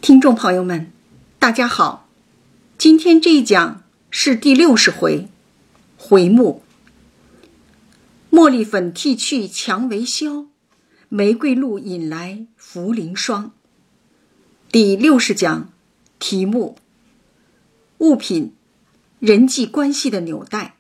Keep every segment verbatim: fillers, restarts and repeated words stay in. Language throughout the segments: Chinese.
听众朋友们，大家好，今天这一讲是第六十回，回目。茉莉粉剃去蔷薇消，玫瑰露引来茯苓霜。第六十讲，题目：物品，人际关系的纽带。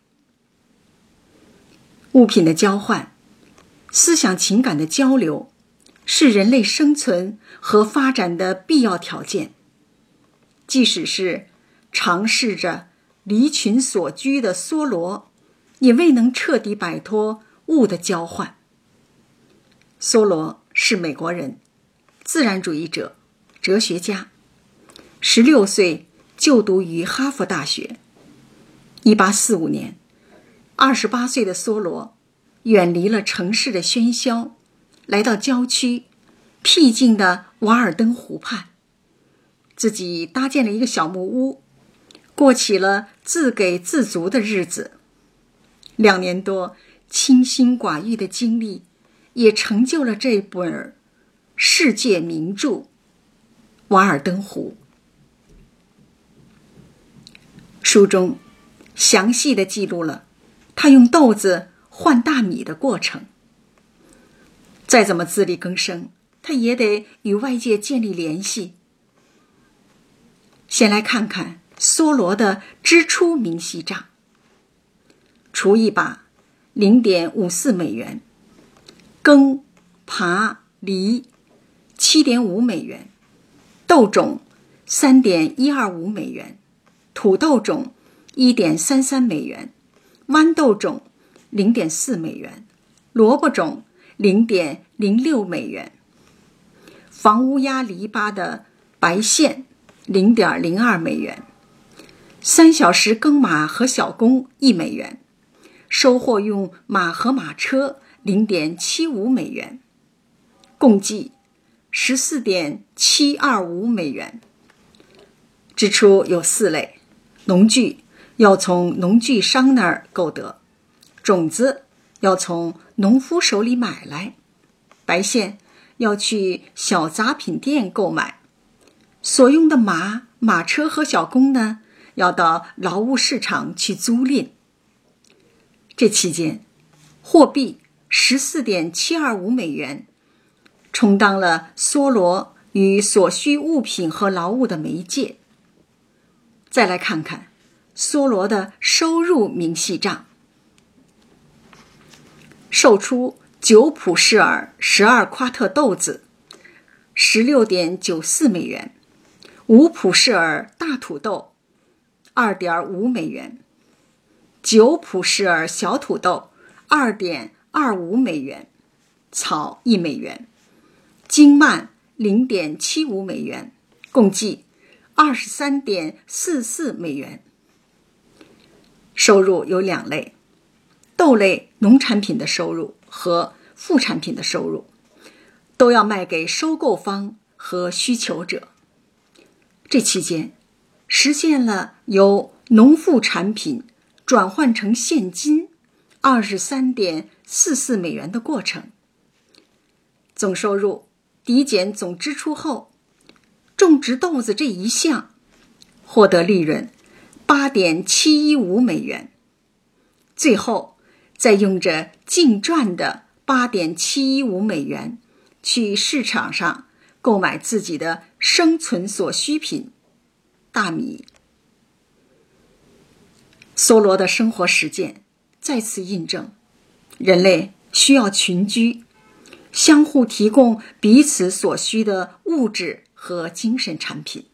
物品的交换，思想情感的交流，是人类生存和发展的必要条件。即使是尝试着离群所居的梭罗，也未能彻底摆脱物的交换。梭罗是美国人，自然主义者，哲学家。十六岁就读于哈佛大学。一八四五年，二十八岁的梭罗远离了城市的喧嚣，来到郊区僻静的瓦尔登湖畔，自己搭建了一个小木屋，过起了自给自足的日子。两年多清心寡欲的经历，也成就了这本世界名著《瓦尔登湖》。书中详细地记录了他用豆子换大米的过程。再怎么自力更生，他也得与外界建立联系。先来看看梭罗的支出明细账。厨艺把 零点五四美元，羹、扒、梨 七点五美元，豆种 三点一二五美元，土豆种 一点三三美元，豌豆种 零点四美元，萝卜种 零点零六美元，房屋压篱笆的白线 零点零二美元，三小时耕马和小工一美元，收获用马和马车 零点七五美元，共计 十四点七二五美元。支出有四类：农具要从农具商那儿购得，种子要从农夫手里买来，白线要去小杂品店购买，所用的马、马车和小工呢，要到劳务市场去租赁。这期间，货币 十四点七二五美元充当了梭罗与所需物品和劳务的媒介。再来看看梭罗的收入明细账。售出九普氏尔十二夸特豆子 十六点九四美元，五普氏尔大土豆 二点五美元，九普氏尔小土豆 二点二五美元，草一美元，精曼 零点七五美元，共计 二十三点四四美元。收入有两类：豆类农产品的收入和副产品的收入，都要卖给收购方和需求者。这期间实现了由农副产品转换成现金 二十三点四四美元的过程。总收入抵减总支出后，种植豆子这一项获得利润 八点七一五美元，最后再用着净赚的 八点七一五美元去市场上购买自己的生存所需品大米。梭罗的生活实践再次印证，人类需要群居，相互提供彼此所需的物质和精神产品。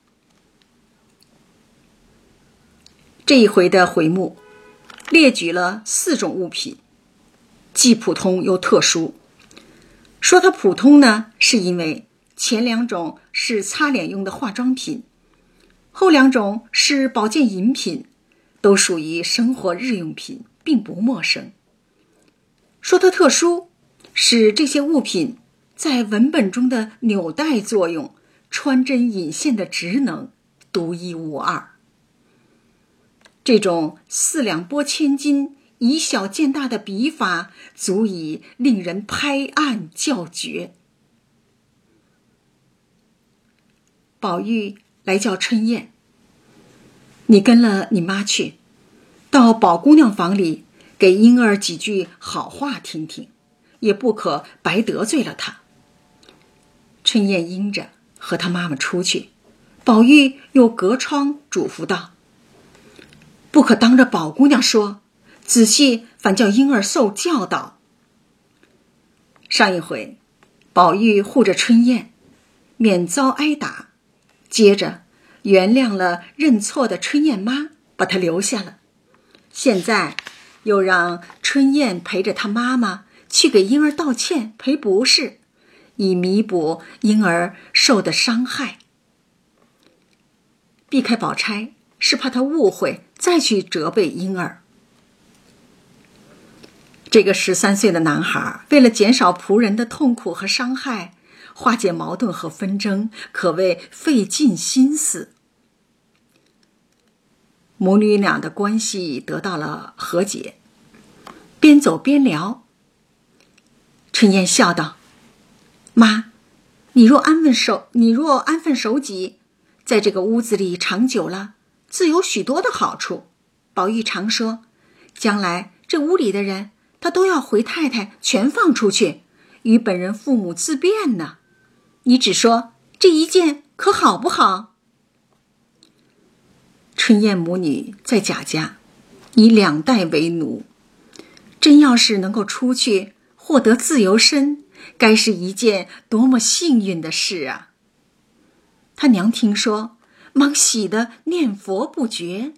这一回的回目列举了四种物品，既普通又特殊。说它普通呢，是因为前两种是擦脸用的化妆品，后两种是保健饮品，都属于生活日用品，并不陌生。说它特殊，是这些物品在文本中的纽带作用、穿针引线的职能独一无二。这种四两拨千斤、以小见大的笔法，足以令人拍案叫绝。 宝玉来叫春燕，你跟了你妈去，到宝姑娘房里给婴儿几句好话听听，也不可白得罪了她。春燕应着，和她妈妈出去。宝玉又隔窗嘱咐道：不可当着宝姑娘说，仔细反叫婴儿受教导。上一回宝玉护着春燕，免遭挨打，接着原谅了认错的春燕妈，把她留下了。现在又让春燕陪着她妈妈去给婴儿道歉赔不是，以弥补婴儿受的伤害。避开宝钗是怕他误会，再去责备婴儿。这个十三岁的男孩为了减少仆人的痛苦和伤害，化解矛盾和纷争，可谓费尽心思。母女俩的关系得到了和解，边走边聊。春燕笑道：妈，你若安分守你若安分守己，在这个屋子里长久了，自有许多的好处。宝玉常说，将来这屋里的人，他都要回太太全放出去，与本人父母自辩呢。你只说这一件可好不好？春燕母女在贾家以两代为奴，真要是能够出去获得自由身，该是一件多么幸运的事啊！他娘听说，忙喜得念佛不绝。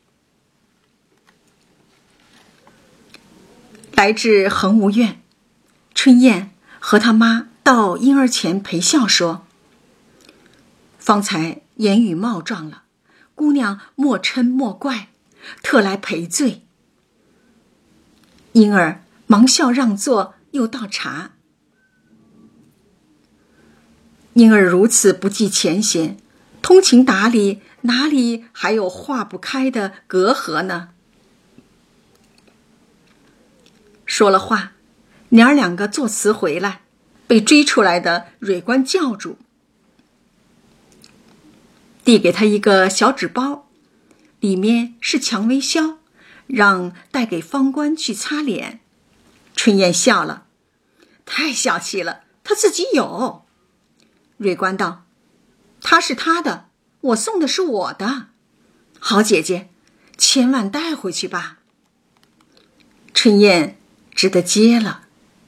来至恒芜院，春燕和他妈到婴儿前陪笑说：方才言语冒撞了，姑娘莫嗔莫怪，特来赔罪。婴儿忙笑让座，又倒茶。婴儿如此不计前嫌，通情达理，哪里还有化不开的隔阂呢？说了话，娘儿两个作词回来，被追出来的蕊官叫住，递给他一个小纸包，里面是蔷薇销，让带给方官去擦脸。春燕笑了：太小气了，他自己有。蕊官道：他是他的，我送的是我的。好姐姐，千万带回去吧。春燕只得接了。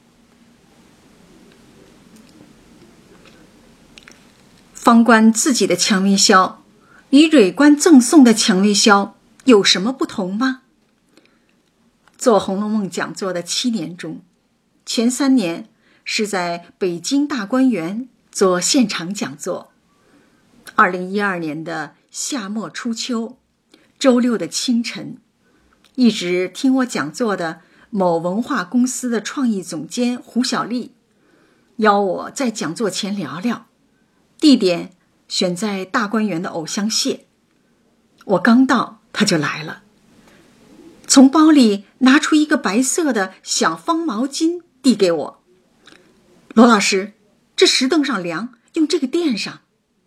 方官自己的蔷薇销与蕊官赠送的蔷薇销有什么不同吗？做《红楼梦》讲座的七年中，前三年是在北京大观园做现场讲座。二零一二年的夏末初秋，周六的清晨，一直听我讲座的某文化公司的创意总监胡小丽邀我在讲座前聊聊，地点选在大观园的藕香榭。我刚到，他就来了，从包里拿出一个白色的小方毛巾递给我：罗老师，这石凳上凉，用这个垫上。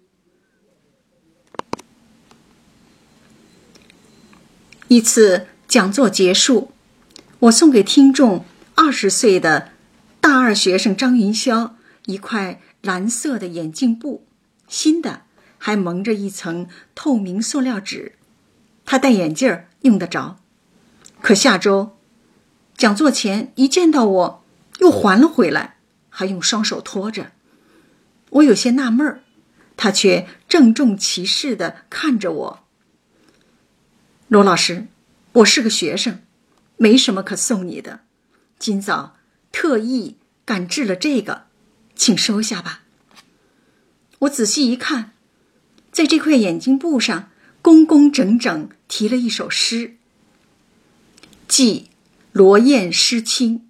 一次讲座结束，我送给听众二十岁的大二学生张云霄一块蓝色的眼镜布，新的，还蒙着一层透明塑料纸，他戴眼镜用得着。可下周讲座前一见到我又还了回来，还用双手托着。我有些纳闷儿，他却郑重其事地看着我：罗老师，我是个学生，没什么可送你的，今早特意赶制了这个，请收下吧。我仔细一看，在这块眼镜布上工工整整题了一首诗：寄罗砚诗卿，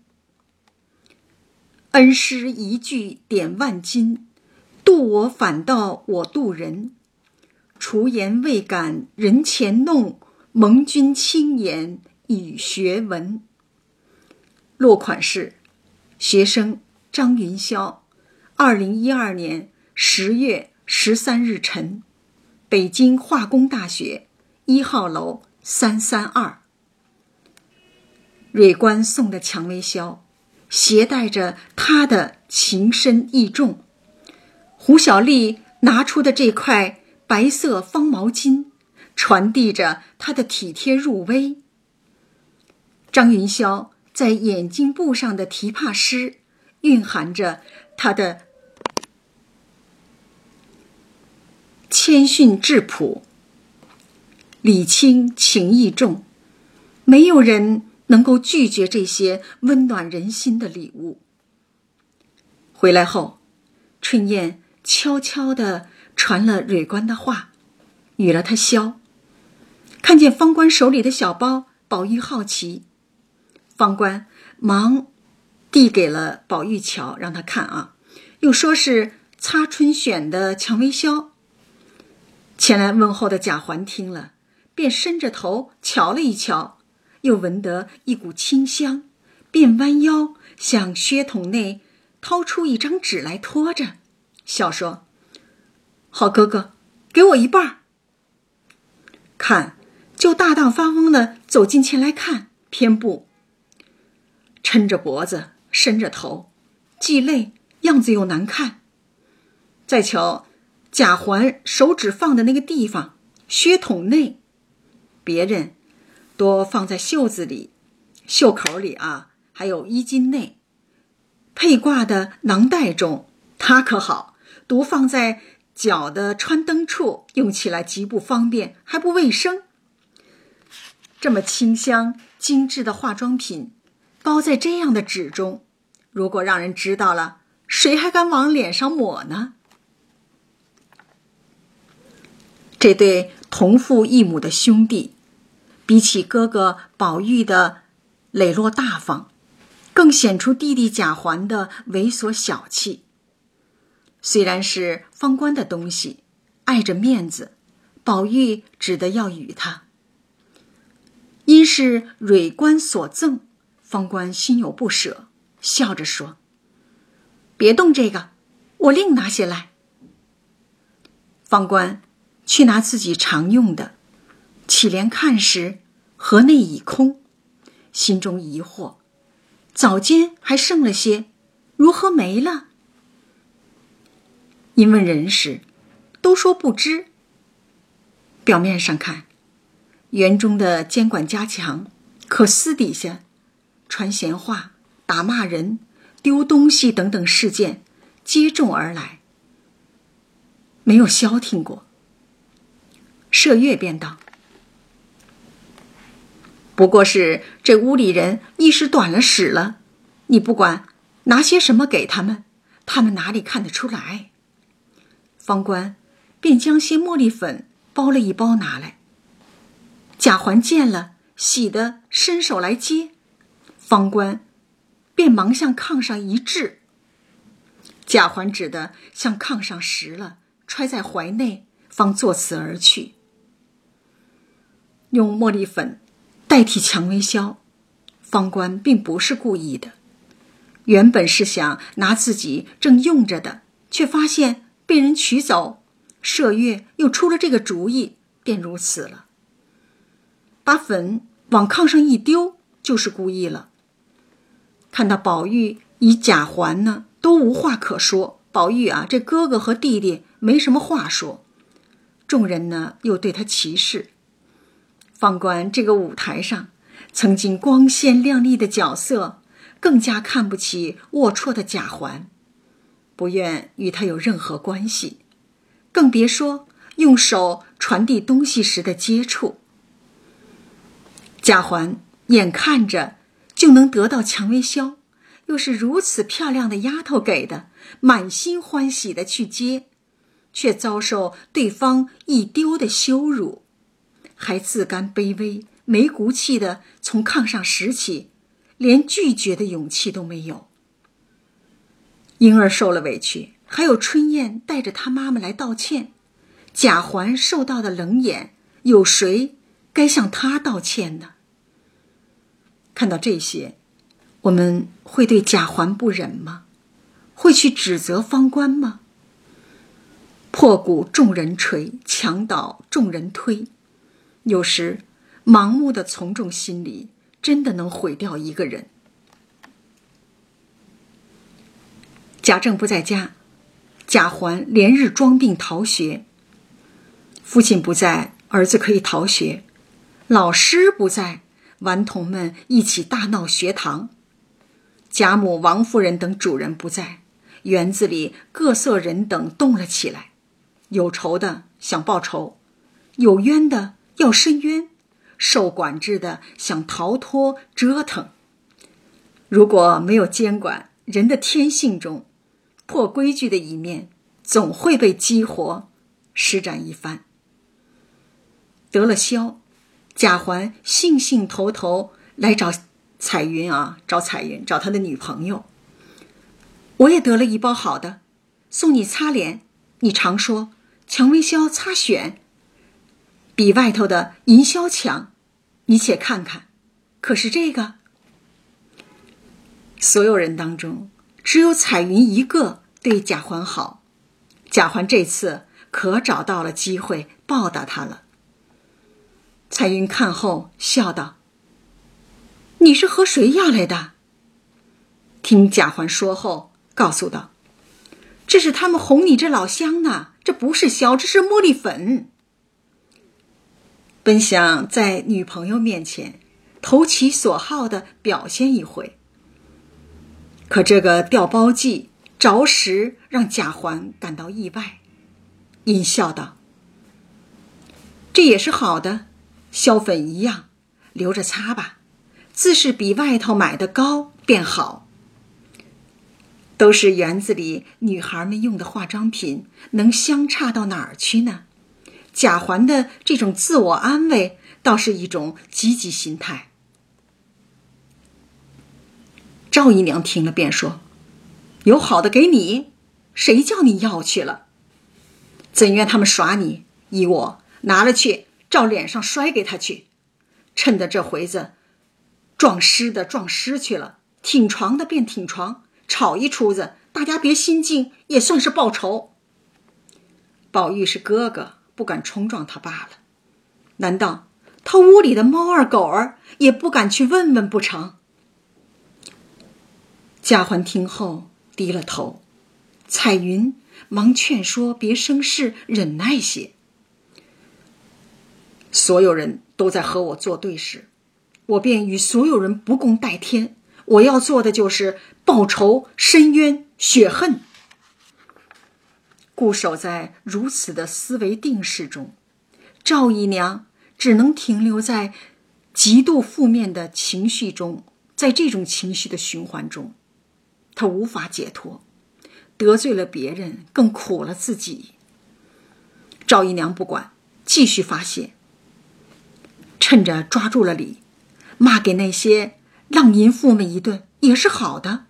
恩师一句点万金，渡我反倒我渡人，除言未敢人前弄，蒙君轻言以学文。落款是学生张云霄，二零一二年十月十三日晨，北京化工大学一号楼三三二。蕊官送的蔷薇箫，携带着他的情深意重。胡小丽拿出的这块白色方毛巾，传递着他的体贴入微。张云霄在眼睛布上的题帕诗，蕴含着他的谦逊质朴，礼轻情意重，没有人能够拒绝这些温暖人心的礼物。回来后，春燕悄悄地传了蕊官的话，与了他箫。看见方官手里的小包，宝玉好奇，方官忙递给了宝玉瞧，让他看啊，又说是擦春选的蔷薇箫。前来问候的贾环听了，便伸着头瞧了一瞧，又闻得一股清香，便弯腰向靴筒内掏出一张纸来托着，笑说：好哥哥，给我一半。看，就大大方方地走近前来看，偏不，抻着脖子，伸着头，既累，样子又难看。再瞧贾环手指放的那个地方，靴筒内，别人多放在袖子里、袖口里啊，还有衣襟内，配挂的囊袋中，他可好，独放在脚的穿灯处，用起来极不方便，还不卫生。这么清香精致的化妆品，包在这样的纸中，如果让人知道了，谁还敢往脸上抹呢？这对同父异母的兄弟，比起哥哥宝玉的磊落大方，更显出弟弟贾环的猥琐小气。虽然是方官的东西，碍着面子，宝玉只得要与他。因是蕊官所赠，方官心有不舍，笑着说：别动这个，我另拿些来。方官去拿自己常用的，启帘看时，盒内已空，心中疑惑，早间还剩了些，如何没了？因问人时，都说不知。表面上看，园中的监管加强，可私底下传闲话、打骂人、丢东西等等事件接踵而来，没有消停过。麝月便道：不过是这屋里人一时短了使了，你不管拿些什么给他们，他们哪里看得出来？方官便将些茉莉粉包了一包拿来。贾环见了，喜得伸手来接，方官便忙向炕上一掷，贾环只得向炕上拾了，揣在怀内，方作辞而去。用茉莉粉代替蔷薇箫，方官并不是故意的，原本是想拿自己正用着的，却发现被人取走，麝月又出了这个主意，便如此了。把粉往炕上一丢，就是故意了。看到宝玉与贾环呢，都无话可说，宝玉啊，这哥哥和弟弟没什么话说，众人呢又对他歧视。方官这个舞台上曾经光鲜亮丽的角色，更加看不起龌龊的贾环，不愿与他有任何关系，更别说用手传递东西时的接触。贾环眼看着就能得到蔷薇箫，又是如此漂亮的丫头给的，满心欢喜的去接，却遭受对方一丢的羞辱，还自甘卑微，没骨气的从炕上拾起，连拒绝的勇气都没有。婴儿受了委屈，还有春燕带着他妈妈来道歉，贾环受到的冷眼，有谁该向他道歉呢？看到这些，我们会对贾环不忍吗？会去指责方官吗？ 破鼓众人锤，墙倒众人推。有时盲目的从众心理真的能毁掉一个人。贾政不在家，贾环连日装病逃学。父亲不在，儿子可以逃学；老师不在，顽童们一起大闹学堂。贾母、王夫人等主人不在，园子里各色人等动了起来，有仇的想报仇，有冤的要申冤，受管制的想逃脱折腾。如果没有监管，人的天性中破规矩的一面总会被激活施展一番。得了消，贾环兴兴头头来找彩云啊，找彩云，找他的女朋友。我也得了一包好的，送你擦脸。你常说蔷薇销擦选，比外头的银销强，你且看看，可是这个？所有人当中，只有彩云一个对贾环好。贾环这次可找到了机会报答他了。彩云看后笑道：“你是和谁要来的？”听贾环说后，告诉道：“这是他们哄你这老乡呢，这不是硝，这是茉莉粉。”本想在女朋友面前投其所好的表现一回，可这个调包计着实让贾环感到意外，阴笑道：“这也是好的，硝粉一样，留着擦吧，自是比外头买的高便好。都是园子里女孩们用的化妆品，能相差到哪儿去呢？”贾环的这种自我安慰倒是一种积极心态。赵姨娘听了便说：“有好的给你，谁叫你要去了？怎愿他们耍你？依我拿了去，照脸上摔给他去。趁得这回子撞尸的撞尸去了，挺床的便挺床，吵一出子，大家别心惊，也算是报仇。宝玉是哥哥，不敢冲撞他罢了，难道他屋里的猫儿狗儿也不敢去问问不成？”贾环听后低了头，彩云忙劝说别生事，忍耐些。所有人都在和我作对时，我便与所有人不共戴天，我要做的就是报仇、申冤、雪恨。固守在如此的思维定势中，赵姨娘只能停留在极度负面的情绪中，在这种情绪的循环中，她无法解脱，得罪了别人，更苦了自己。赵姨娘不管，继续发泄，趁着抓住了理，骂给那些浪淫妇们一顿也是好的。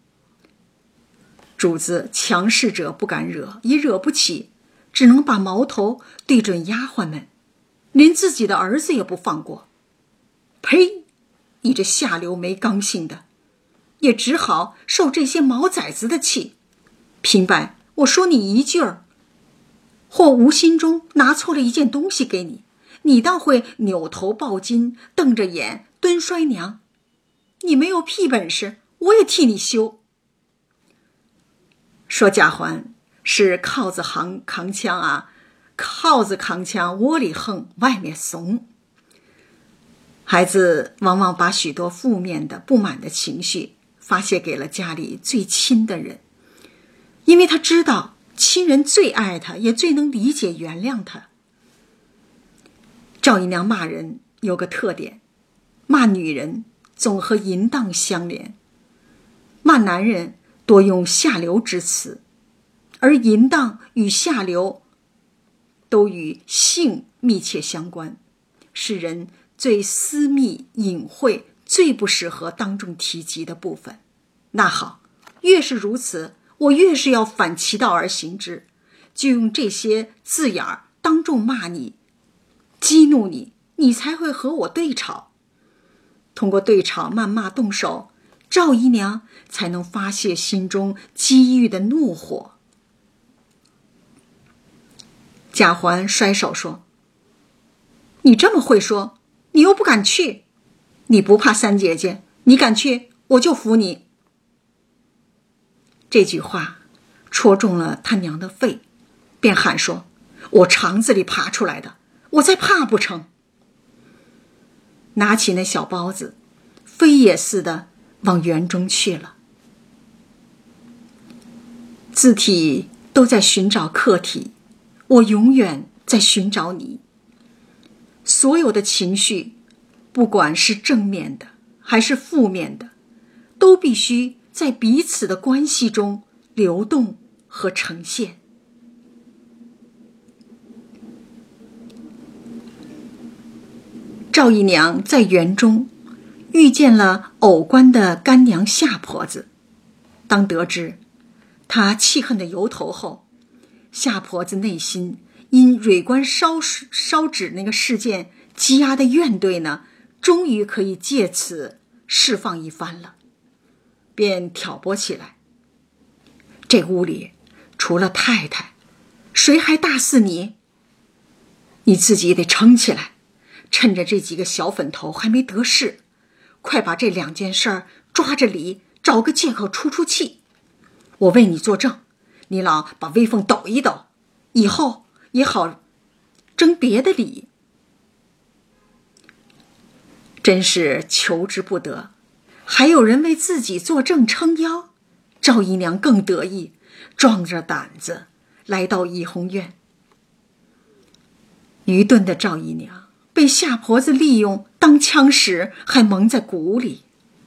主子强势者不敢惹，也惹不起，只能把矛头对准丫鬟们，连自己的儿子也不放过。呸！你这下流没刚性的，也只好受这些毛崽子的气。平白我说你一句儿，或无心中拿错了一件东西给你，你倒会扭头抱金，瞪着眼蹲摔娘。你没有屁本事，我也替你羞。说贾环是靠子扛扛枪啊，靠子扛枪，窝里横，外面怂。孩子往往把许多负面的、不满的情绪发泄给了家里最亲的人，因为他知道亲人最爱他，也最能理解原谅他。赵姨娘骂人有个特点，骂女人总和淫荡相连，骂男人多用下流之词，而淫荡与下流都与性密切相关，是人最私密隐晦、最不适合当众提及的部分。那好，越是如此，我越是要反其道而行之，就用这些字眼儿当众骂你，激怒你，你才会和我对吵。通过对吵、谩骂、动手，赵姨娘才能发泄心中积郁的怒火。 贾环摔手说：“你这么会说，你又不敢去，你不怕三姐姐，你敢去，我就服你。”这句话戳中了他娘的肺，便喊说：“我肠子里爬出来的，我再怕不成？”拿起那小包子，飞也似的往园中去了。字体都在寻找客体，我永远在寻找你。所有的情绪，不管是正面的还是负面的，都必须在彼此的关系中流动和呈现。赵姨娘在园中遇见了偶官的干娘夏婆子，当得知她气恨的由头后，夏婆子内心因蕊官烧烧纸那个事件积压的怨怼呢，终于可以借此释放一番了，便挑拨起来：“这屋里除了太太，谁还大似你？你自己得撑起来，趁着这几个小粉头还没得势，快把这两件事儿抓着理，找个借口出出气。我为你作证，你老把威风抖一抖，以后也好争别的理。”真是求之不得，还有人为自己作证撑腰。赵姨娘更得意，壮着胆子来到怡红院。愚钝的赵姨娘被夏婆子利用当枪使，还蒙在鼓里。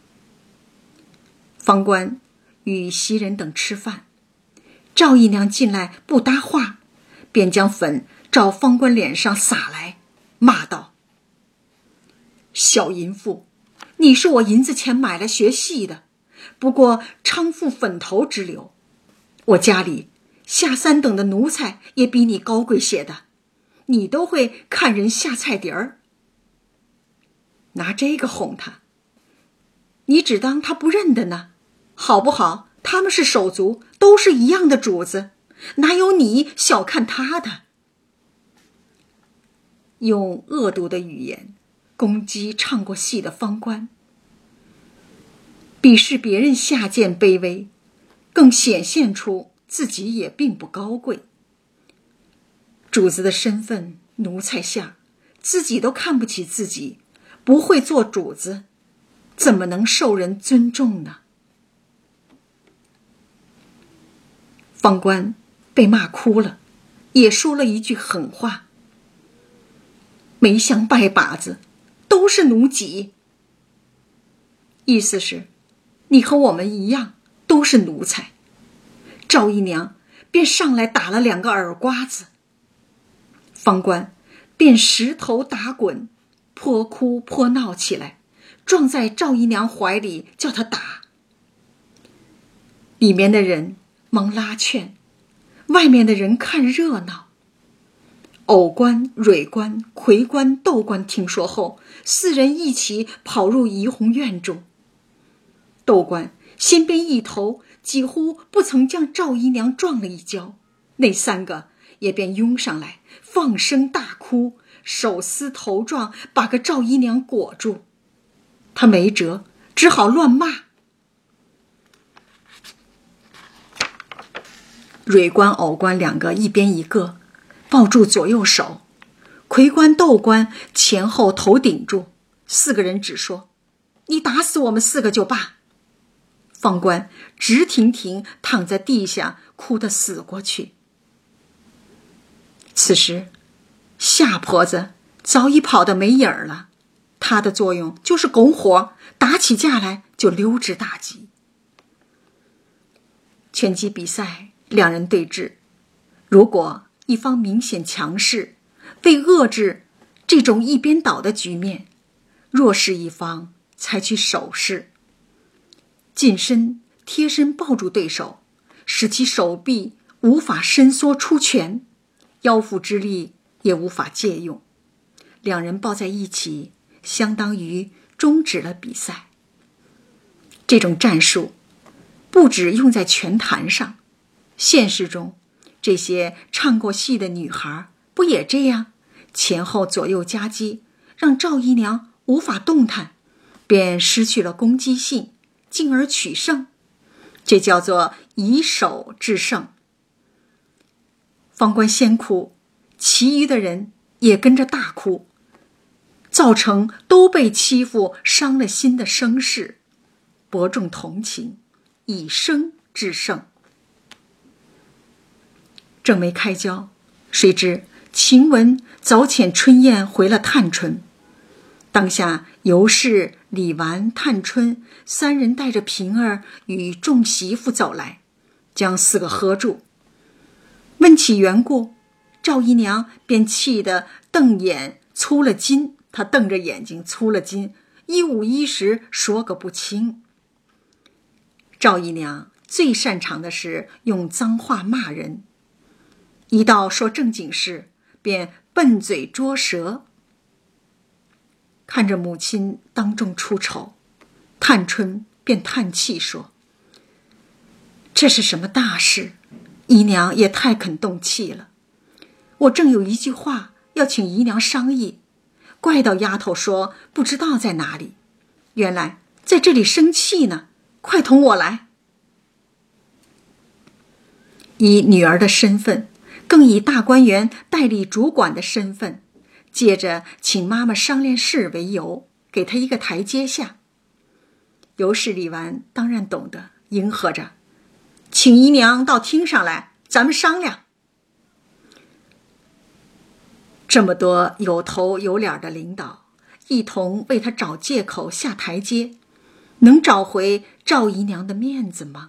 方官与袭人等吃饭，赵姨娘进来不搭话，便将粉照方官脸上撒来，骂道：“小淫妇，你是我银子钱买来学戏的，不过娼妇粉头之流。我家里下三等的奴才也比你高贵些的，你都会看人下菜碟儿。拿这个哄他，你只当他不认得呢，好不好？他们是手足，都是一样的主子，哪有你小看他的？”用恶毒的语言攻击唱过戏的方官，鄙视别人下贱卑微，更显现出自己也并不高贵。主子的身份，奴才下，自己都看不起自己，不会做主子，怎么能受人尊重呢？方官被骂哭了，也说了一句狠话：“没相拜把子，都是奴籍。”意思是你和我们一样，都是奴才。赵姨娘便上来打了两个耳刮子，方官便石头打滚，泼哭泼闹起来，撞在赵姨娘怀里叫她打。里面的人忙拉劝，外面的人看热闹。偶官、蕊官、魁官、窦官听说后，四人一起跑入怡红院中。窦官先便一头几乎不曾将赵姨娘撞了一跤，那三个也便拥上来，放声大哭，手撕头撞，把个赵姨娘裹住。他没辙，只好乱骂。蕊官、偶官两个一边一个，抱住左右手，魁官、窦官前后头顶住，四个人只说：“你打死我们四个就罢。”方官直挺挺躺在地下，哭得死过去。此时夏婆子早已跑得没影儿了，她的作用就是拱火，打起架来就溜之大吉。拳击比赛两人对峙，如果一方明显强势，为遏制这种一边倒的局面，弱势一方采取手势，近身贴身抱住对手，使其手臂无法伸缩出拳，腰腹之力也无法借用，两人抱在一起，相当于终止了比赛。这种战术不只用在拳坛上，现实中这些唱过戏的女孩不也这样，前后左右夹击，让赵姨娘无法动弹，便失去了攻击性，进而取胜。这叫做以守制胜。方官先哭，其余的人也跟着大哭，造成都被欺负伤了心的声势，博众同情，以声制胜。正没开交，谁知晴雯早遣春燕回了探春。当下尤氏、李纨、探春三人带着平儿与众媳妇走来，将四个喝住。问起缘故，赵姨娘便气得瞪眼粗了筋，她瞪着眼睛粗了筋，一五一十说个不清。赵姨娘最擅长的是用脏话骂人，一到说正经事，便笨嘴拙舌。看着母亲当众出丑，探春便叹气说：这是什么大事？姨娘也太肯动气了。我正有一句话要请姨娘商议，怪到丫头说不知道在哪里，原来在这里生气呢，快同我来。以女儿的身份，更以大观园代理主管的身份，借着请妈妈商量事为由，给她一个台阶下。尤氏、李纨当然懂得，迎合着：请姨娘到厅上来，咱们商量。这么多有头有脸的领导，一同为她找借口下台阶，能找回赵姨娘的面子吗？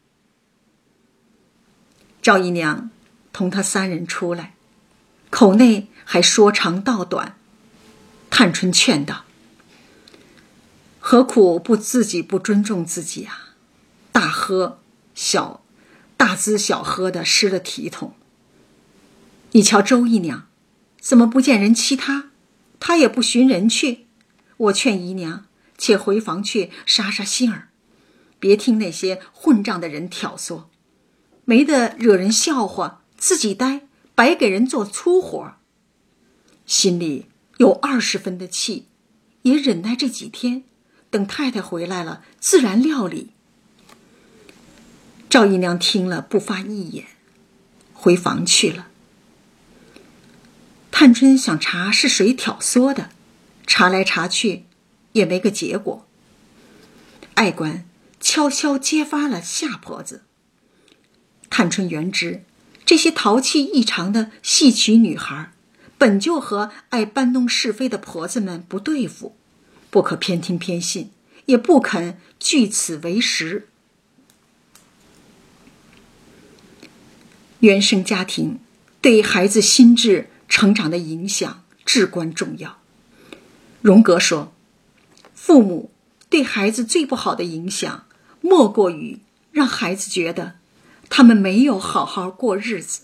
赵姨娘同他三人出来，口内还说长道短。探春劝道：何苦不自己不尊重自己啊？大喝小大滋小喝的失了体统。你瞧周姨娘怎么不见人欺她，她也不寻人去。我劝姨娘且回房去杀杀心儿，别听那些混账的人挑唆，没得惹人笑话，自己呆，白给人做粗活。心里有二十分的气，也忍耐这几天，等太太回来了，自然料理。赵姨娘听了不发一言，回房去了。探春想查是谁挑唆的，查来查去也没个结果。爱官悄悄揭发了夏婆子。探春原知这些淘气异常的戏曲女孩，本就和爱搬弄是非的婆子们不对付，不可偏听偏信，也不肯据此为实。原生家庭对孩子心智成长的影响至关重要。荣格说，父母对孩子最不好的影响，莫过于让孩子觉得他们没有好好过日子。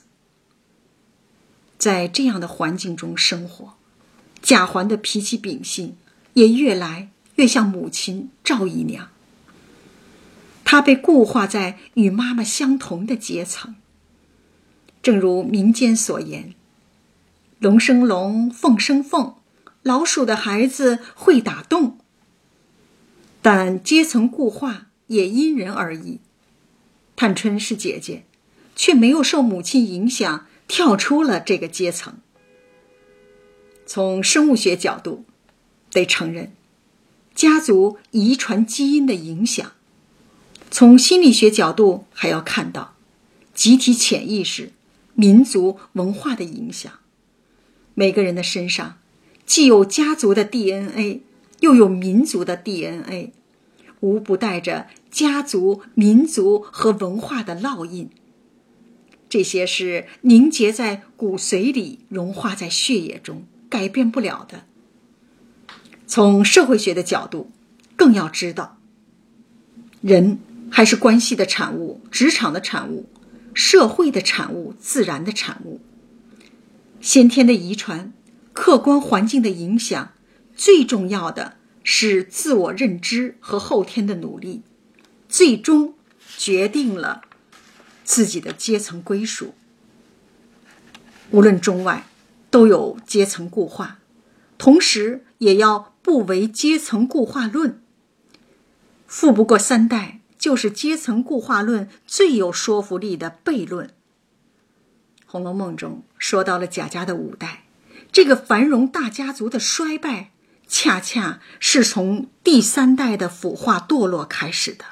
在这样的环境中生活，贾环的脾气秉性也越来越像母亲赵姨娘。她被固化在与妈妈相同的阶层。正如民间所言，龙生龙，凤生凤，老鼠的孩子会打洞。但阶层固化也因人而异。探春是姐姐，却没有受母亲影响，跳出了这个阶层。从生物学角度，得承认家族遗传基因的影响；从心理学角度，还要看到集体潜意识、民族文化的影响。每个人的身上既有家族的 D N A， 又有民族的 D N A， 无不带着家族、民族和文化的烙印。这些是凝结在骨髓里，融化在血液中，改变不了的。从社会学的角度，更要知道，人还是关系的产物，职场的产物，社会的产物，自然的产物。先天的遗传，客观环境的影响，最重要的是自我认知和后天的努力，最终决定了自己的阶层归属。无论中外， 都有阶层固化，同时也要不为阶层固化论。富不过三代就是阶层固化论最有说服力的悖论。《红楼梦》中说到了贾家的五代，这个繁荣大家族的衰败，恰恰是从第三代的腐化堕落开始的。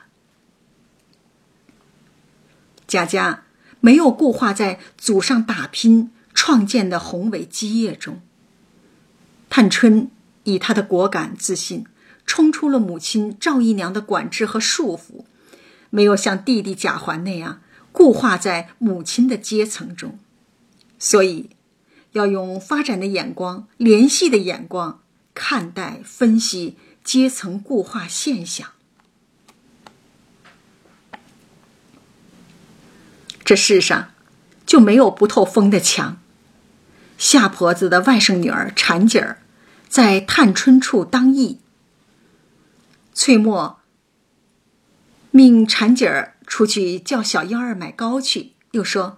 贾家没有固化在祖上打拼创建的宏伟基业中。探春以她的果敢自信，冲出了母亲赵姨娘的管制和束缚，没有像弟弟贾环那样固化在母亲的阶层中。所以要用发展的眼光、联系的眼光看待分析阶层固化现象。这世上就没有不透风的墙。夏婆子的外甥女儿婵姐儿在探春处当驿，翠墨命婵姐儿出去叫小幺儿买糕去，又说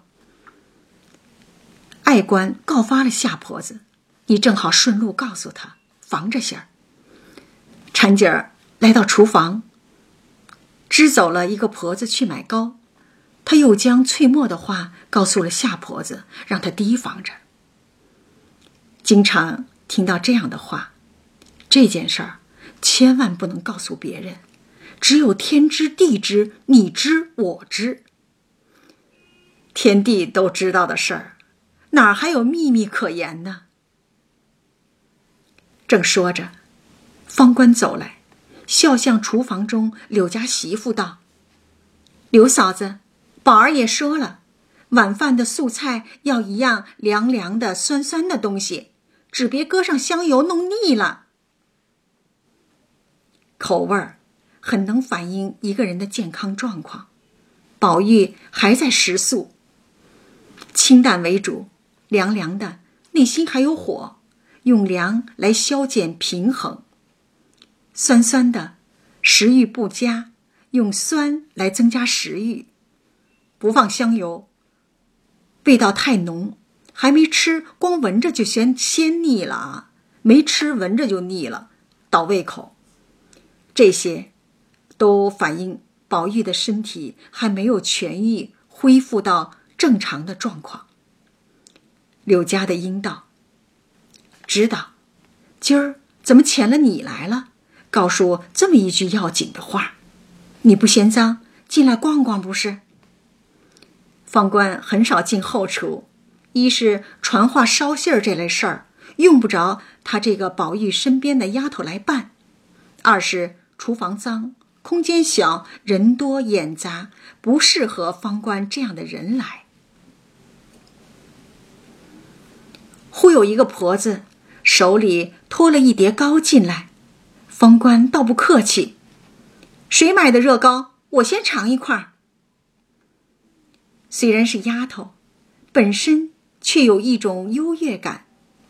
爱官告发了夏婆子，你正好顺路告诉她，防着些儿。婵姐儿来到厨房，支走了一个婆子去买糕，她又将翠墨的话告诉了夏婆子，让她提防着。经常听到这样的话，这件事儿千万不能告诉别人，只有天知地知，你知我知。天地都知道的事儿，哪儿还有秘密可言呢？正说着，方官走来，笑向厨房中柳家媳妇道：刘嫂子，宝儿也说了，晚饭的素菜要一样凉凉的酸酸的东西，只别搁上香油弄腻了。口味儿很能反映一个人的健康状况。宝玉还在食素，清淡为主，凉凉的，内心还有火，用凉来消减平衡；酸酸的，食欲不佳，用酸来增加食欲。不放香油，味道太浓，还没吃光闻着就先先腻了啊，没吃闻着就腻了，倒胃口。这些都反映宝玉的身体还没有痊愈，恢复到正常的状况。柳家的应道：知道，今儿怎么遣了你来了，告诉这么一句要紧的话，你不嫌脏，进来逛逛不是？方官很少进后厨，一是传话捎信儿这类事儿用不着他这个宝玉身边的丫头来办，二是厨房脏，空间小，人多眼杂，不适合方官这样的人来。忽有一个婆子手里拖了一碟糕进来，方官倒不客气：谁买的热糕？我先尝一块。虽然是丫头，本身却有一种优越感。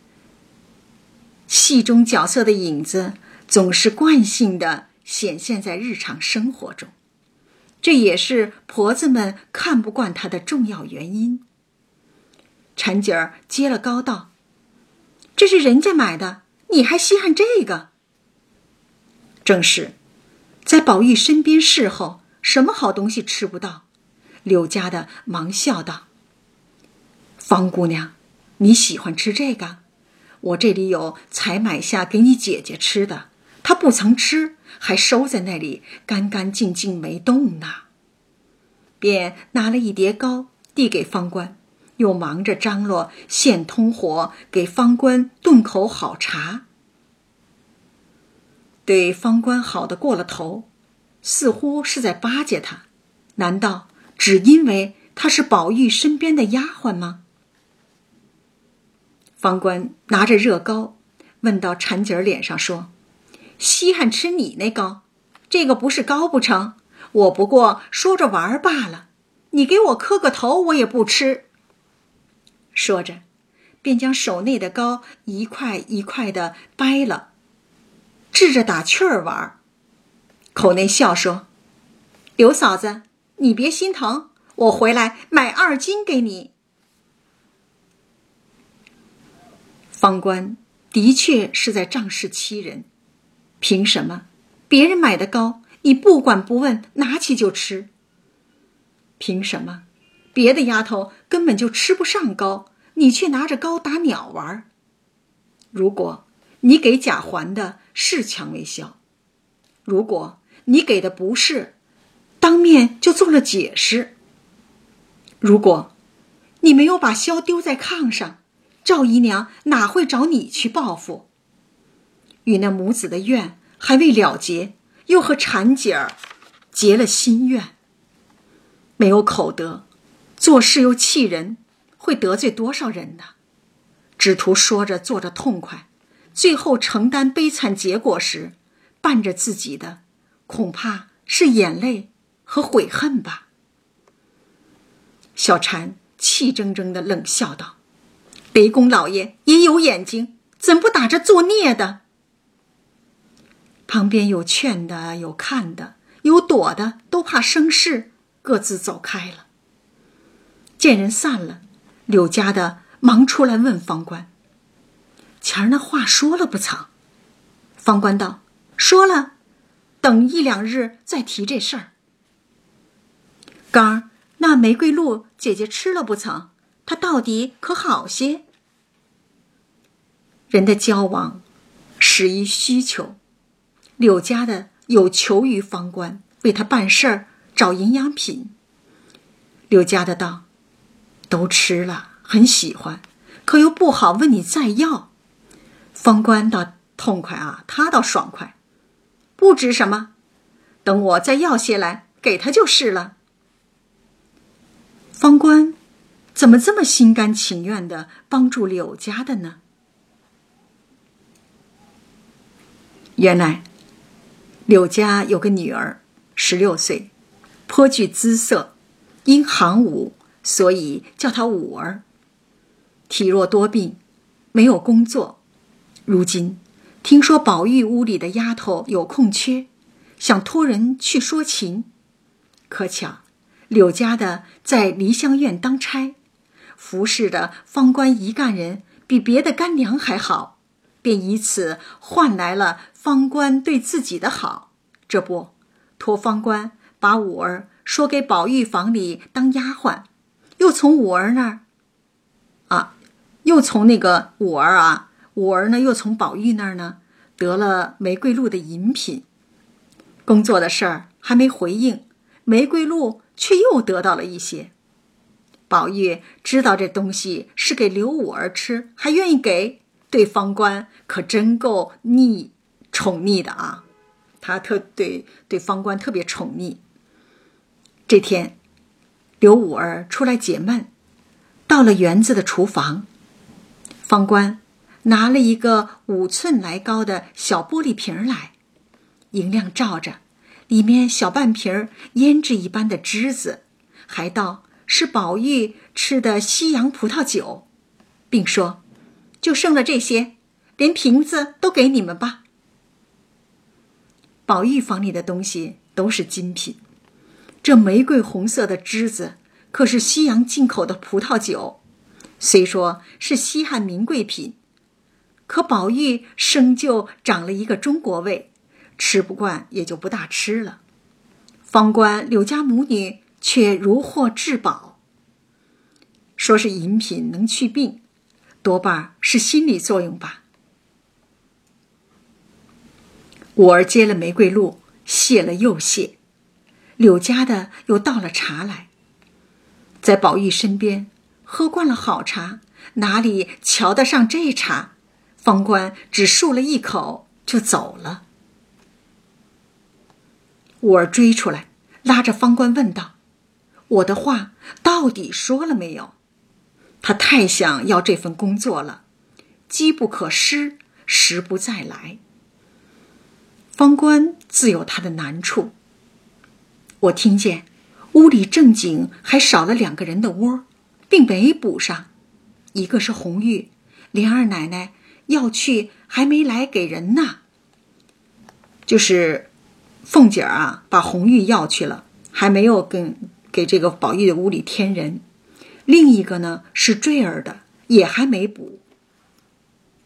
戏中角色的影子总是惯性地显现在日常生活中，这也是婆子们看不惯她的重要原因。婵姐儿接了糕道：这是人家买的，你还稀罕这个？正是，在宝玉身边侍候，什么好东西吃不到。柳家的忙笑道：方姑娘，你喜欢吃这个？我这里有才买下给你姐姐吃的，她不曾吃，还收在那里干干净净没动呢。便拿了一碟糕递给方官，又忙着张罗现通火给方官炖口好茶。对方官好得过了头，似乎是在巴结他，难道只因为她是宝玉身边的丫鬟吗？方官拿着热糕问到婵姐儿脸上说：稀罕吃你那糕，这个不是糕不成？我不过说着玩罢了，你给我磕个头我也不吃。说着便将手内的糕一块一块的掰了，掷着打趣儿玩，口内笑说：刘嫂子，你别心疼，我回来买二斤给你。 方官的确是在仗势欺人，凭什么别人买的糕你不管不问拿起就吃？凭什么别的丫头根本就吃不上糕，你却拿着糕打鸟玩？如果你给贾环的是蔷薇笑，如果你给的不是，当面就做了解释。如果你没有把箫丢在炕上，赵姨娘哪会找你去报复？与那母子的怨还未了结，又和婵姐儿结了心愿。没有口德，做事又气人，会得罪多少人呢？只图说着做着痛快，最后承担悲惨结果时，伴着自己的恐怕是眼泪和悔恨吧。小婵气铮铮地冷笑道：雷公老爷也有眼睛，怎不打着作孽的？旁边有劝的，有看的，有躲的，都怕生事，各自走开了。见人散了，柳家的忙出来问方官：前儿那话说了不曾？方官道：说了，等一两日再提这事儿。刚儿那玫瑰露姐姐吃了不曾？她到底可好些？人的交往始于需求，柳家的有求于方官，为他办事儿找营养品。柳家的道：都吃了，很喜欢，可又不好问你再要。方官倒痛快啊，他倒爽快，不值什么，等我再要些来给他就是了。方官怎么这么心甘情愿地帮助柳家的呢？原来柳家有个女儿，十六岁，颇具姿色，因行武，所以叫她武儿。体弱多病，没有工作。如今听说宝玉屋里的丫头有空缺，想托人去说情。可巧柳家的在梨香院当差，服侍的方官一干人比别的干娘还好，便以此换来了方官对自己的好。这不，托方官把五儿说给宝玉房里当丫鬟，又从五儿那儿啊，又从那个五儿啊，五儿呢又从宝玉那儿呢得了玫瑰露的饮品。工作的事儿还没回应，玫瑰露却又得到了一些。宝玉知道这东西是给刘五儿吃，还愿意给，对方官可真够溺宠溺的啊！他特对对方官特别宠溺。这天，刘五儿出来解闷，到了园子的厨房，方官拿了一个五寸来高的小玻璃瓶来，银亮照着，里面小半瓶胭脂一般的栀子，还道是宝玉吃的西洋葡萄酒，并说就剩了这些，连瓶子都给你们吧。宝玉房里的东西都是精品，这玫瑰红色的栀子可是西洋进口的葡萄酒，虽说是稀罕名贵品，可宝玉生就长了一个中国胃，吃不惯也就不大吃了。方官柳家母女却如获至宝，说是饮品能去病，多半是心理作用吧。五儿接了玫瑰露，谢了又谢。柳家的又倒了茶来，在宝玉身边喝惯了好茶，哪里瞧得上这茶？方官只漱了一口就走了。五儿追出来，拉着方官问道：我的话到底说了没有？他太想要这份工作了，机不可失，时不再来。方官自有他的难处。我听见屋里正经还少了两个人的窝，并没补上，一个是红玉，莲二奶奶要去还没来给人呢。就是凤姐啊，把红玉要去了，还没有跟给这个宝玉的屋里添人。另一个呢是坠儿的，也还没补。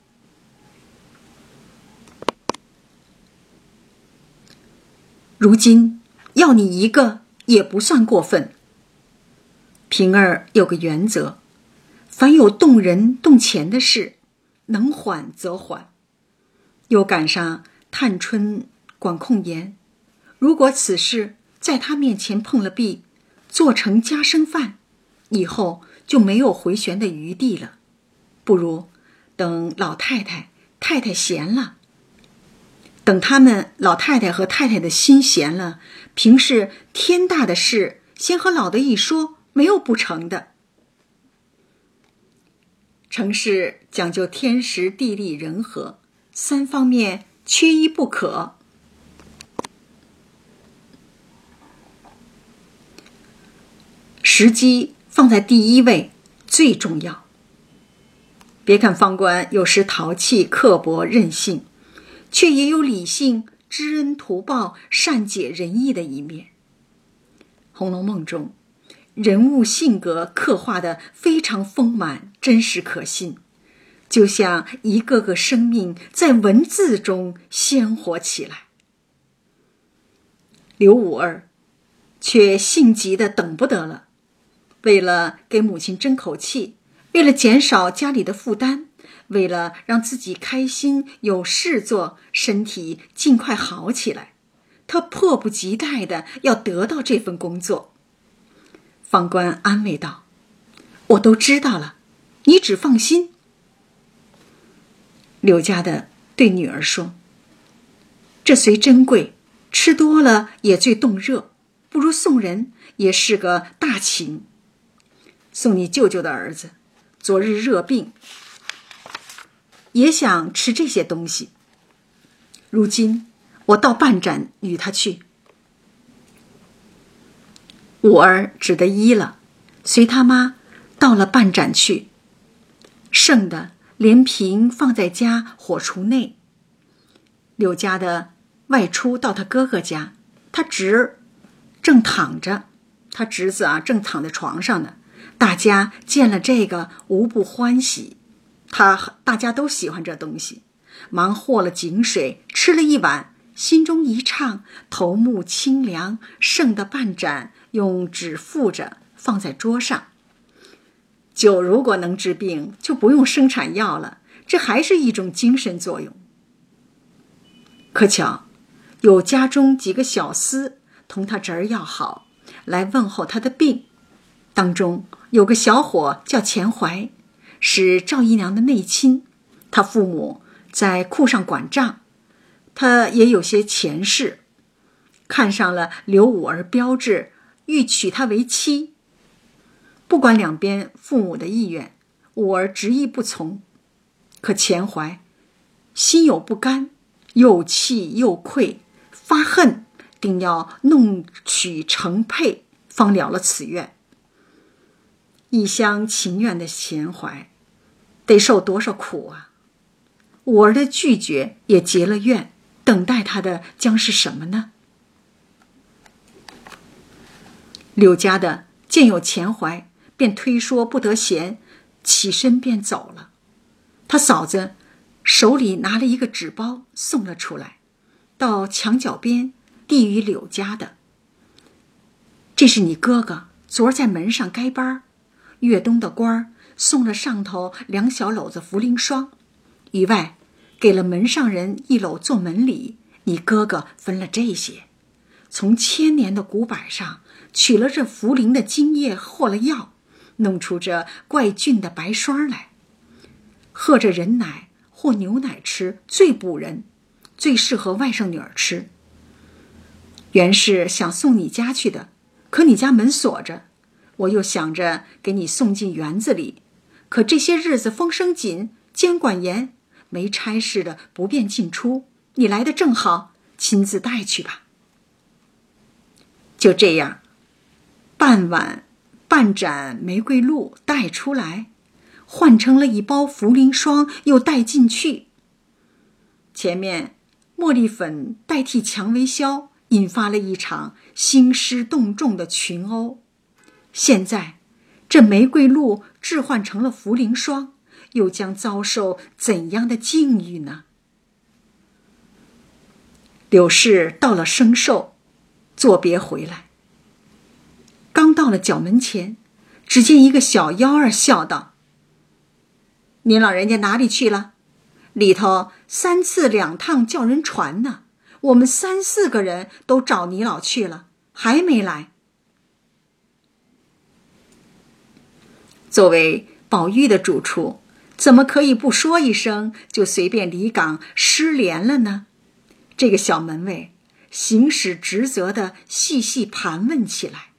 如今要你一个也不算过分。平儿有个原则，凡有动人动钱的事，能缓则缓。又赶上探春管控严，如果此事在他面前碰了壁，做成家生饭，以后就没有回旋的余地了。不如等老太太太太闲了，等他们老太太和太太的心闲了，平时天大的事先和老的一说，没有不成的。成事讲究天时地利人和，三方面缺一不可。时机放在第一位最重要。别看方官有时淘气刻薄任性，却也有理性知恩图报善解人意的一面。《红楼梦》中人物性格刻画得非常丰满真实可信，就像一个个生命在文字中鲜活起来。刘五儿却性急得等不得了，为了给母亲争口气，为了减少家里的负担，为了让自己开心有事做，身体尽快好起来，他迫不及待地要得到这份工作。方官安慰道：我都知道了，你只放心。柳家的对女儿说：这虽珍贵，吃多了也最冻热，不如送人也是个大情。送你舅舅的儿子昨日热病，也想吃这些东西，如今我到半盏与他去。五儿只得依了，随他妈到了半盏去，剩的连瓶放在家火橱内。柳家的外出到他哥哥家，他侄儿正躺着，他侄子啊正躺在床上呢。大家见了这个无不欢喜，他大家都喜欢这东西，忙和了井水吃了一碗，心中一畅，头目清凉，剩的半盏用纸覆着放在桌上。酒如果能治病，就不用生产药了，这还是一种精神作用。可巧有家中几个小厮同他侄儿要好，来问候他的病，当中有个小伙叫钱怀，是赵姨娘的内亲，他父母在库上管账，他也有些钱势，看上了刘五儿标致，欲娶她为妻。不管两边父母的意愿，五儿执意不从。可钱怀心有不甘，又气又愧，发恨，定要弄取成配，方了了此愿。一厢情愿的钱怀得受多少苦啊！五儿的拒绝也结了怨，等待他的将是什么呢？柳家的见有钱怀，便推说不得闲，起身便走了。他嫂子手里拿了一个纸包送了出来，到墙角边递与柳家的：这是你哥哥昨儿在门上该班，越冬的官儿送了上头两小篓子茯苓霜，于外给了门上人一篓做门礼，你哥哥分了这些，从千年的古柏上取了这茯苓的精液和了药，弄出这怪菌的白霜来，喝着人奶或牛奶吃最补人，最适合外甥女儿吃。原是想送你家去的，可你家门锁着，我又想着给你送进园子里，可这些日子风声紧，监管严，没差事的不便进出，你来的正好，亲自带去吧。就这样，半碗半盏玫瑰露带出来，换成了一包茯苓霜又带进去。前面茉莉粉代替蔷薇消，引发了一场兴师动众的群殴。现在这玫瑰露置换成了茯苓霜，又将遭受怎样的境遇呢？柳氏到了生寿， 作别回来。刚到了角门前，只见一个小妖儿笑道：“您老人家哪里去了？里头三次两趟叫人传呢，我们三四个人都找你老去了，还没来。”作为宝玉的主厨，怎么可以不说一声就随便离岗失联了呢？这个小门卫行使职责的细细盘问起来：“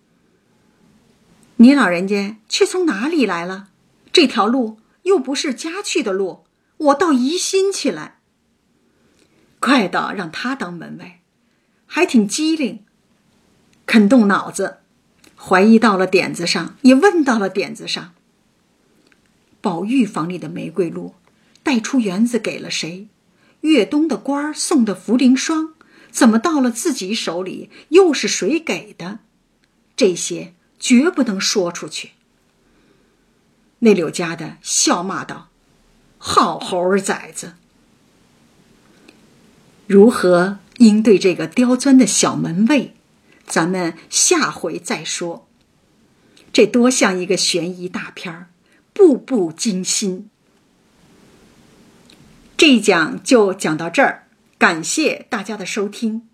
你老人家却从哪里来了？这条路又不是家去的路，我倒疑心起来。”怪道让他当门卫，还挺机灵，肯动脑子，怀疑到了点子上，也问到了点子上。宝玉房里的玫瑰露带出园子给了谁？越东的官儿送的茯苓霜，怎么到了自己手里又是谁给的？这些绝不能说出去。那柳家的笑骂道：“好猴儿崽子！”如何应对这个刁钻的小门卫，咱们下回再说。这多像一个悬疑大片儿，步步惊心。这一讲就讲到这儿，感谢大家的收听。